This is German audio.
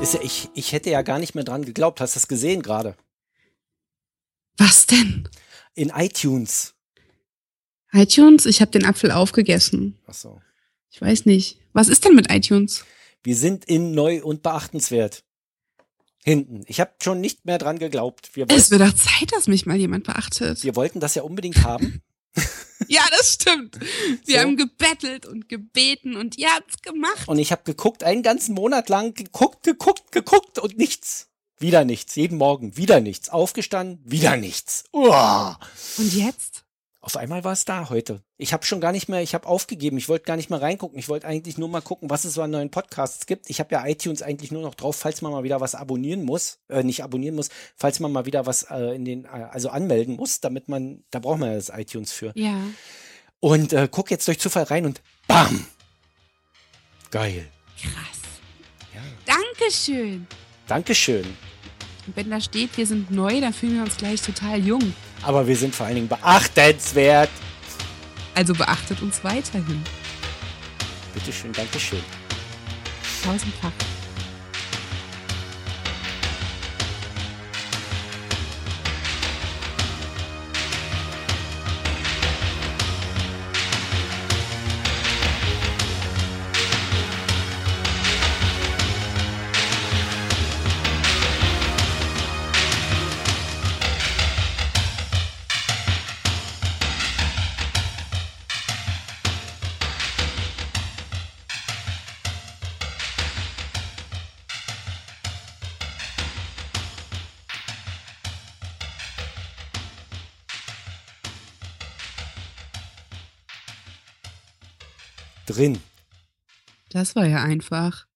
Ist ja, ich hätte ja gar nicht mehr dran geglaubt. Hast du das gesehen gerade? Was denn? In iTunes. iTunes? Ich habe den Apfel aufgegessen. Ach so. Ich weiß nicht. Was ist denn mit iTunes? Wir sind in neu und beachtenswert. Hinten. Ich habe schon nicht mehr dran geglaubt. Es wird doch Zeit, dass mich mal jemand beachtet. Wir wollten das ja unbedingt haben. Ja, das stimmt. Wir So. haben gebettelt und gebeten und ihr habt's gemacht. Und ich habe geguckt, einen ganzen Monat lang geguckt und nichts. Wieder nichts. Jeden Morgen wieder nichts. Aufgestanden, wieder nichts. Uah. Und jetzt? Auf einmal war es da heute. Ich habe aufgegeben. Ich wollte gar nicht mehr reingucken. Ich wollte eigentlich nur mal gucken, was es so an neuen Podcasts gibt. Ich habe ja iTunes eigentlich nur noch drauf, falls man mal wieder was falls man mal wieder was anmelden muss, da braucht man ja das iTunes für. Ja. Und guck jetzt durch Zufall rein und bam! Geil. Krass. Ja. Dankeschön. Dankeschön. Und wenn da steht, wir sind neu, dann fühlen wir uns gleich total jung. Aber wir sind vor allen Dingen beachtenswert. Also beachtet uns weiterhin. Bitteschön, Dankeschön. Tausendfach. Drin. Das war ja einfach.